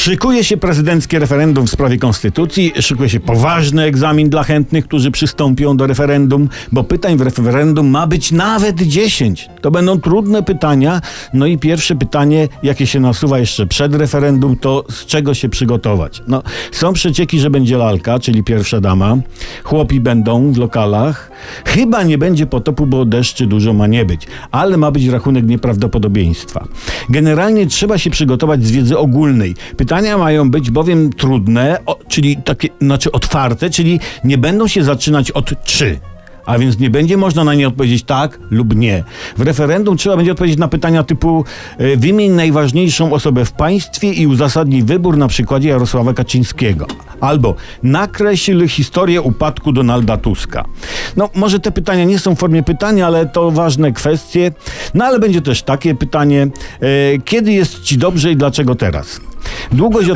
Szykuje się prezydenckie referendum w sprawie konstytucji, szykuje się poważny egzamin dla chętnych, którzy przystąpią do referendum, bo pytań w referendum ma być nawet 10. To będą trudne pytania. No i pierwsze pytanie, jakie się nasuwa jeszcze przed referendum, to z czego się przygotować? No, są przecieki, że będzie lalka, czyli pierwsza dama. Chłopi będą w lokalach. Chyba nie będzie potopu, bo deszczy dużo ma nie być, ale ma być rachunek nieprawdopodobieństwa. Generalnie trzeba się przygotować z wiedzy ogólnej. Pytania mają być bowiem trudne, czyli takie, otwarte, czyli nie będą się zaczynać od czy. A więc nie będzie można na nie odpowiedzieć tak lub nie. W referendum trzeba będzie odpowiedzieć na pytania typu wymień najważniejszą osobę w państwie i uzasadnij wybór na przykładzie Jarosława Kaczyńskiego. Albo nakreśl historię upadku Donalda Tuska. No, może te pytania nie są w formie pytania, ale to ważne kwestie. No, ale będzie też takie pytanie, kiedy jest ci dobrze i dlaczego teraz? Długość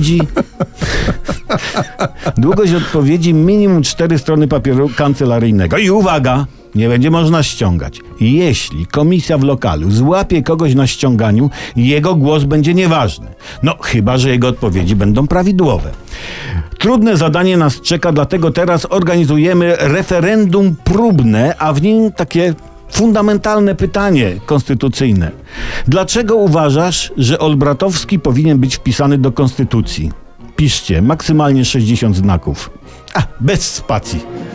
odpowiedzi minimum 4 strony papieru kancelaryjnego. I uwaga, nie będzie można ściągać. Jeśli komisja w lokalu złapie kogoś na ściąganiu, jego głos będzie nieważny. No, chyba że jego odpowiedzi będą prawidłowe. Trudne zadanie nas czeka, dlatego teraz organizujemy referendum próbne, a w nim takie fundamentalne pytanie konstytucyjne. Dlaczego uważasz, że Olbratowski powinien być wpisany do konstytucji? Piszcie, maksymalnie 60 znaków. Bez spacji.